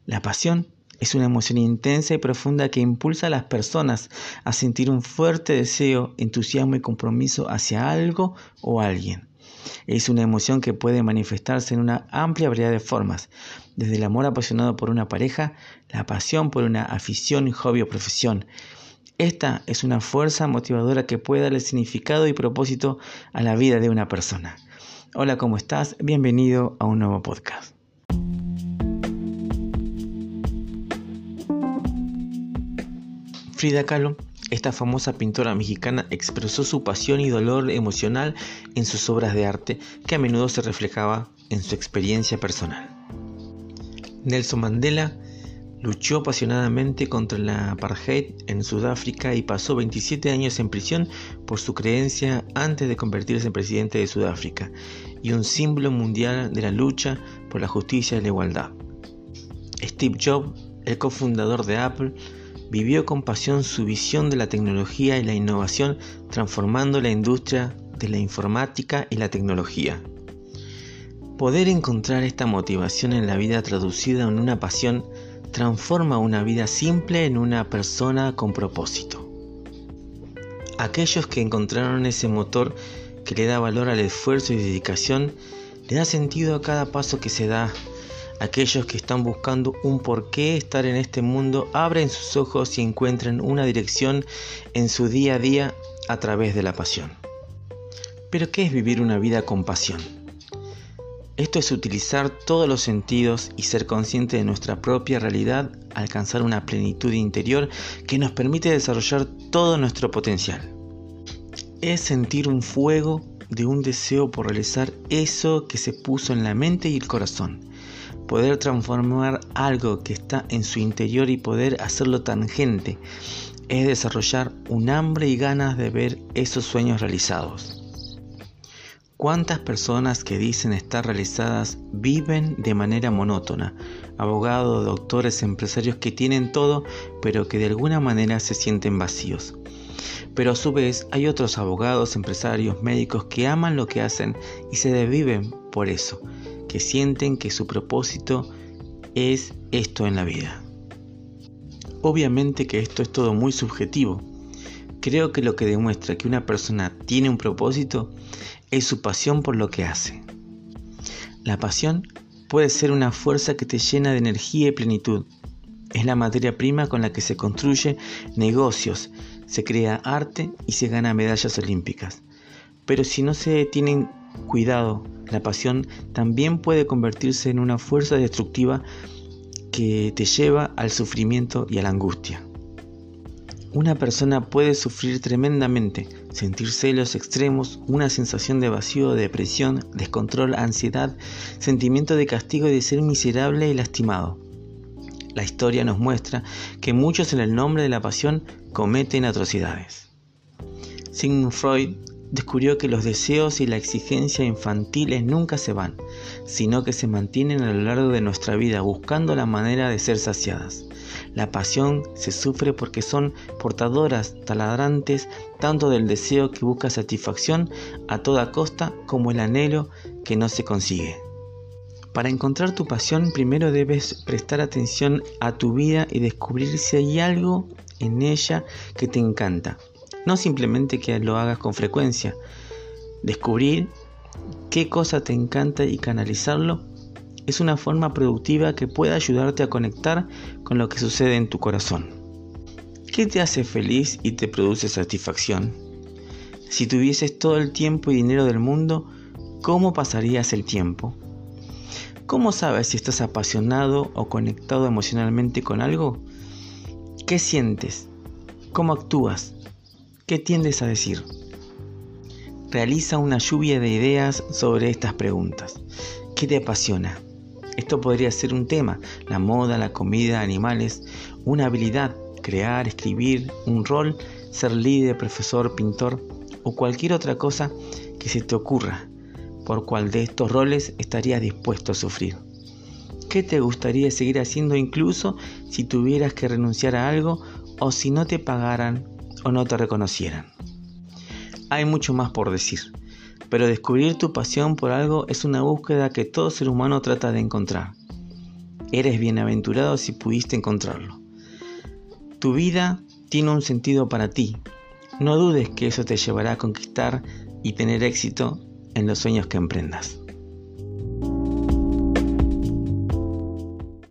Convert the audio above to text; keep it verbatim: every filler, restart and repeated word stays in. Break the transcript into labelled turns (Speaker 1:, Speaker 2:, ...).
Speaker 1: La pasión es una emoción intensa y profunda que impulsa a las personas a sentir un fuerte deseo, entusiasmo y compromiso hacia algo o alguien. Es una emoción que puede manifestarse en una amplia variedad de formas, desde el amor apasionado por una pareja, la pasión por una afición, hobby o profesión. Esta es una fuerza motivadora que puede darle significado y propósito a la vida de una persona. Hola, ¿cómo estás? Bienvenido a un nuevo podcast. Frida Kahlo, esta famosa pintora mexicana, expresó su pasión y dolor emocional en sus obras de arte, que a menudo se reflejaba en su experiencia personal. Nelson Mandela luchó apasionadamente contra la apartheid en Sudáfrica y pasó veintisiete años en prisión por su creencia antes de convertirse en presidente de Sudáfrica, y un símbolo mundial de la lucha por la justicia y la igualdad. Steve Jobs, el cofundador de Apple, vivió con pasión su visión de la tecnología y la innovación, transformando la industria de la informática y la tecnología. Poder encontrar esta motivación en la vida traducida en una pasión transforma una vida simple en una persona con propósito. Aquellos que encontraron ese motor que le da valor al esfuerzo y dedicación, le da sentido a cada paso que se da. Aquellos que están buscando un porqué estar en este mundo abren sus ojos y encuentran una dirección en su día a día a través de la pasión. ¿Pero qué es vivir una vida con pasión? Esto es utilizar todos los sentidos y ser consciente de nuestra propia realidad, alcanzar una plenitud interior que nos permite desarrollar todo nuestro potencial. Es sentir un fuego de un deseo por realizar eso que se puso en la mente y el corazón. Poder transformar algo que está en su interior y poder hacerlo tangente es desarrollar un hambre y ganas de ver esos sueños realizados. ¿Cuántas personas que dicen estar realizadas viven de manera monótona? Abogados, doctores, empresarios que tienen todo, pero que de alguna manera se sienten vacíos. Pero a su vez hay otros abogados, empresarios, médicos que aman lo que hacen y se desviven por eso, que sienten que su propósito es esto en la vida. Obviamente que esto es todo muy subjetivo. Creo que lo que demuestra que una persona tiene un propósito es su pasión por lo que hace. La pasión puede ser una fuerza que te llena de energía y plenitud. Es la materia prima con la que se construye negocios, se crea arte y se gana medallas olímpicas. Pero si no se tienen cuidado, la pasión también puede convertirse en una fuerza destructiva que te lleva al sufrimiento y a la angustia. Una persona puede sufrir tremendamente, sentir celos extremos, una sensación de vacío, depresión, descontrol, ansiedad, sentimiento de castigo y de ser miserable y lastimado. La historia nos muestra que muchos en el nombre de la pasión cometen atrocidades. Sigmund Freud descubrió que los deseos y la exigencia infantiles nunca se van, sino que se mantienen a lo largo de nuestra vida buscando la manera de ser saciadas. La pasión se sufre porque son portadoras taladrantes tanto del deseo que busca satisfacción a toda costa como el anhelo que no se consigue. Para encontrar tu pasión, primero debes prestar atención a tu vida y descubrir si hay algo en ella que te encanta. No simplemente que lo hagas con frecuencia. Descubrir qué cosa te encanta y canalizarlo es una forma productiva que puede ayudarte a conectar con lo que sucede en tu corazón. ¿Qué te hace feliz y te produce satisfacción? Si tuvieses todo el tiempo y dinero del mundo, ¿cómo pasarías el tiempo? ¿Cómo sabes si estás apasionado o conectado emocionalmente con algo? ¿Qué sientes? ¿Cómo actúas? ¿Qué tiendes a decir? Realiza una lluvia de ideas sobre estas preguntas. ¿Qué te apasiona? Esto podría ser un tema: la moda, la comida, animales, una habilidad, crear, escribir, un rol, ser líder, profesor, pintor o cualquier otra cosa que se te ocurra. ¿Por cuál de estos roles estarías dispuesto a sufrir? ¿Qué te gustaría seguir haciendo incluso si tuvieras que renunciar a algo o si no te pagaran o no te reconocieran? Hay mucho más por decir, pero descubrir tu pasión por algo es una búsqueda que todo ser humano trata de encontrar. Eres bienaventurado si pudiste encontrarlo. Tu vida tiene un sentido para ti. No dudes que eso te llevará a conquistar y tener éxito en los sueños que emprendas.